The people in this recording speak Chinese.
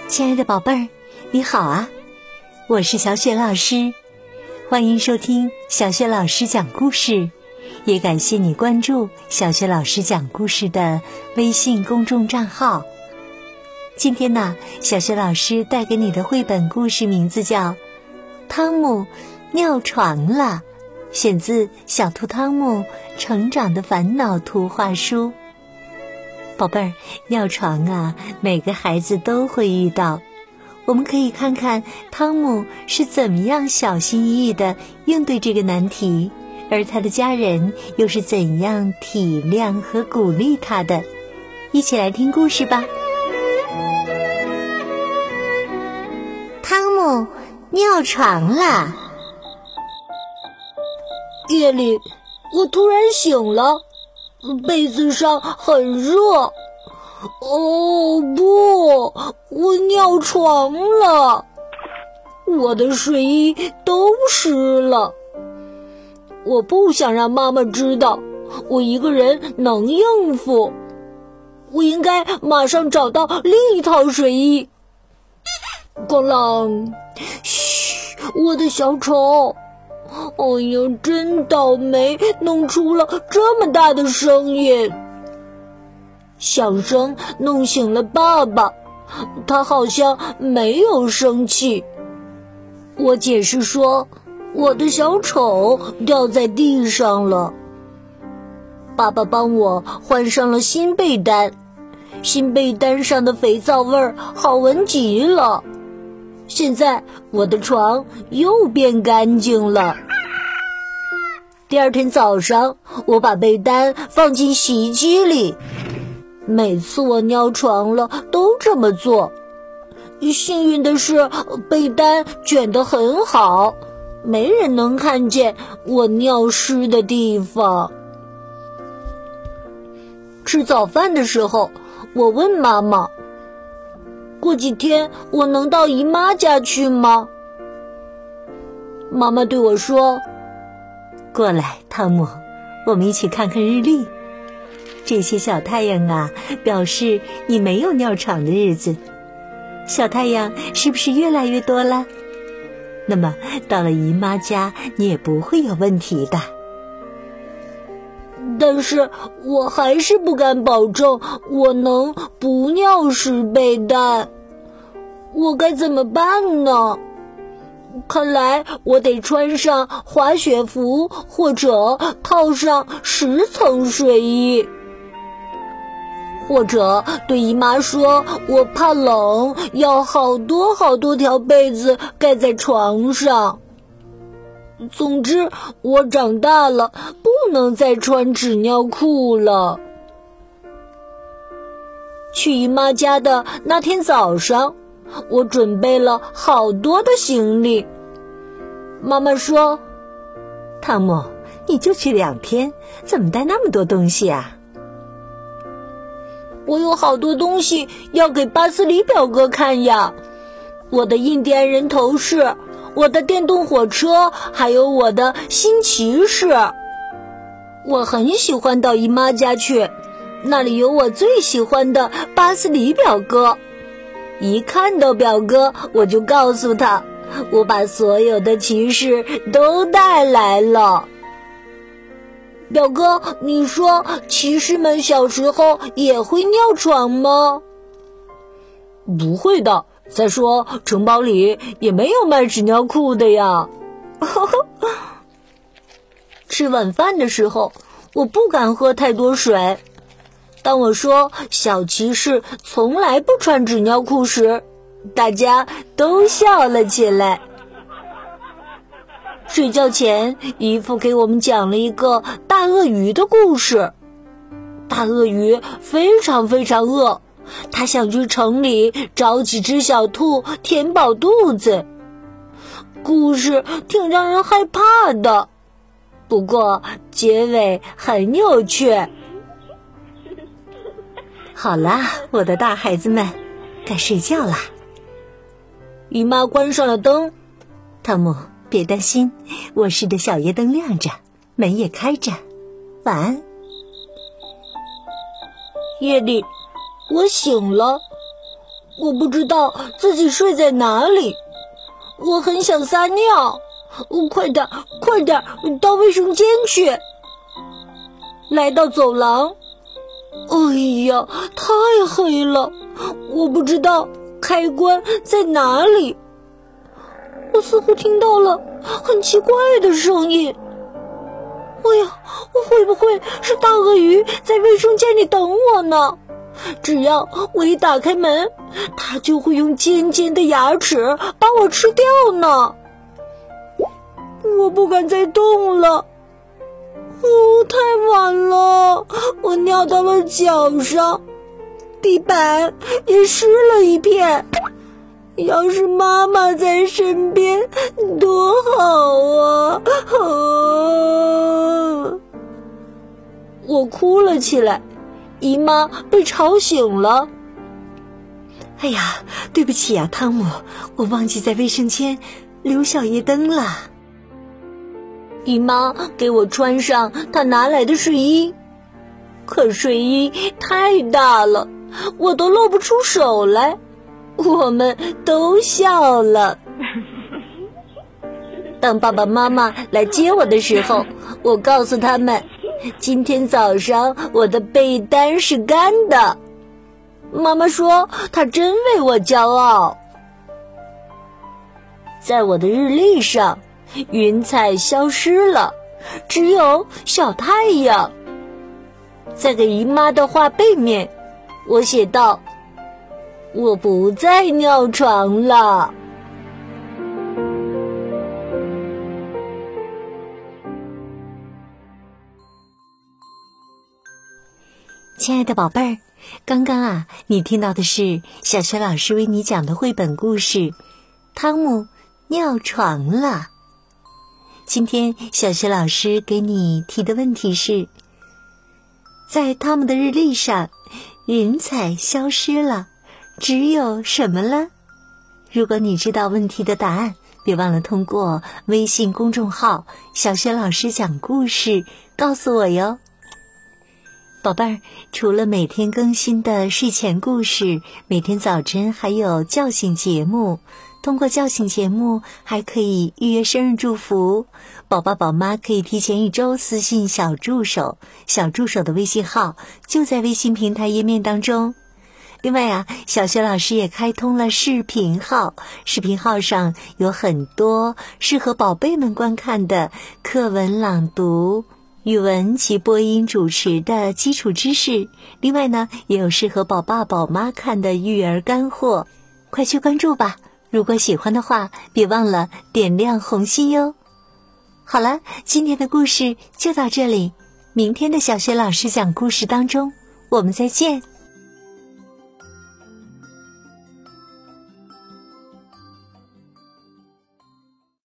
亲爱的宝贝儿，你好啊！我是小雪老师，欢迎收听小雪老师讲故事，也感谢你关注小雪老师讲故事的微信公众账号。今天呢，小雪老师带给你的绘本故事名字叫《汤姆尿床了》，选自《小兔汤姆成长的烦恼》图画书。宝贝儿，尿床啊，每个孩子都会遇到。我们可以看看汤姆是怎么样小心翼翼地应对这个难题，而他的家人又是怎样体谅和鼓励他的。一起来听故事吧。汤姆尿床了。 夜里，我突然醒了，被子上很热。哦不，我尿床了，我的睡衣都湿了。我不想让妈妈知道，我一个人能应付。我应该马上找到另一套睡衣。咣啷！嘘，我的小丑！哎呀，真倒霉，弄出了这么大的声音。响声弄醒了爸爸，他好像没有生气。我解释说，我的小丑掉在地上了。爸爸帮我换上了新被单，新被单上的肥皂味儿好闻极了。现在我的床又变干净了。第二天早上，我把被单放进洗衣机里。每次我尿床了都这么做。幸运的是，被单卷得很好，没人能看见我尿湿的地方。吃早饭的时候，我问妈妈，过几天我能到姨妈家去吗？妈妈对我说， 过来，汤姆，我们一起看看日历。这些小太阳啊，表示你没有尿床的日子。小太阳是不是越来越多了？那么到了姨妈家，你也不会有问题的。 但是我还是不敢保证我能不尿湿被单。我该怎么办呢？看来我得穿上滑雪服，或者套上10层睡衣，或者对姨妈说我怕冷，要好多好多条被子盖在床上。总之，我长大了，不能再穿纸尿裤了。去姨妈家的那天早上，我准备了好多的行李。妈妈说， 汤姆，你就去2天，怎么带那么多东西啊？ 我有好多东西要给巴斯里表哥看呀，我的印第安人头饰，我的电动火车，还有我的新骑士。我很喜欢到姨妈家去，那里有我最喜欢的巴斯里表哥。一看到表哥，我就告诉他，我把所有的骑士都带来了。表哥，你说骑士们小时候也会尿床吗？不会的，再说城堡里也没有卖纸尿裤的呀。吃晚饭的时候，我不敢喝太多水。当我说小骑士从来不穿纸尿裤时，大家都笑了起来。睡觉前，姨父给我们讲了一个大鳄鱼的故事。大鳄鱼非常非常饿，他想去城里找几只小兔填饱肚子。故事挺让人害怕的，不过结尾很有趣。 好啦，我的大孩子们，该睡觉啦。 姨妈关上了灯。 汤姆，别担心，卧室的小夜灯亮着，门也开着。晚安。 夜里，我醒了， 我不知道自己睡在哪里，我很想撒尿，快点，到卫生间去。来到走廊，哎呀，太黑了，我不知道开关在哪里。我似乎听到了很奇怪的声音。哎呀，会不会是大鳄鱼在卫生间里等我呢？只要我一打开门，它就会用尖尖的牙齿把我吃掉呢。我不敢再动了。太晚了，我尿到了脚上，地板也湿了一片。要是妈妈在身边多好啊！我哭了起来，姨妈被吵醒了。 哎呀，对不起啊，汤姆，我忘记在卫生间留小夜灯了。 姨妈给我穿上她拿来的睡衣，可睡衣太大了，我都露不出手来。我们都笑了。当爸爸妈妈来接我的时候，我告诉他们，今天早上我的被单是干的。妈妈说她真为我骄傲。在我的日历上，云彩消失了，只有小太阳。在给姨妈的画背面，我写道：我不再尿床了。 亲爱的宝贝儿，刚刚你听到的是小学老师为你讲的绘本故事《汤姆尿床了》。今天小学老师给你提的问题是：在汤姆的日历上，云彩消失了，只有什么了？如果你知道问题的答案，别忘了通过微信公众号小学老师讲故事告诉我哟。宝贝儿，除了每天更新的睡前故事，每天早晨还有叫醒节目，通过叫醒节目还可以预约生日祝福。宝爸宝妈可以提前1周私信小助手，小助手的微信号就在微信平台页面当中。另外小学老师也开通了视频号，视频号上有很多适合宝贝们观看的课文朗读、语文及播音主持的基础知识，另外也有适合宝爸宝妈看的育儿干货，快去关注吧。如果喜欢的话，别忘了点亮红心哟。好了，今天的故事就到这里，明天的小学老师讲故事当中，我们再见。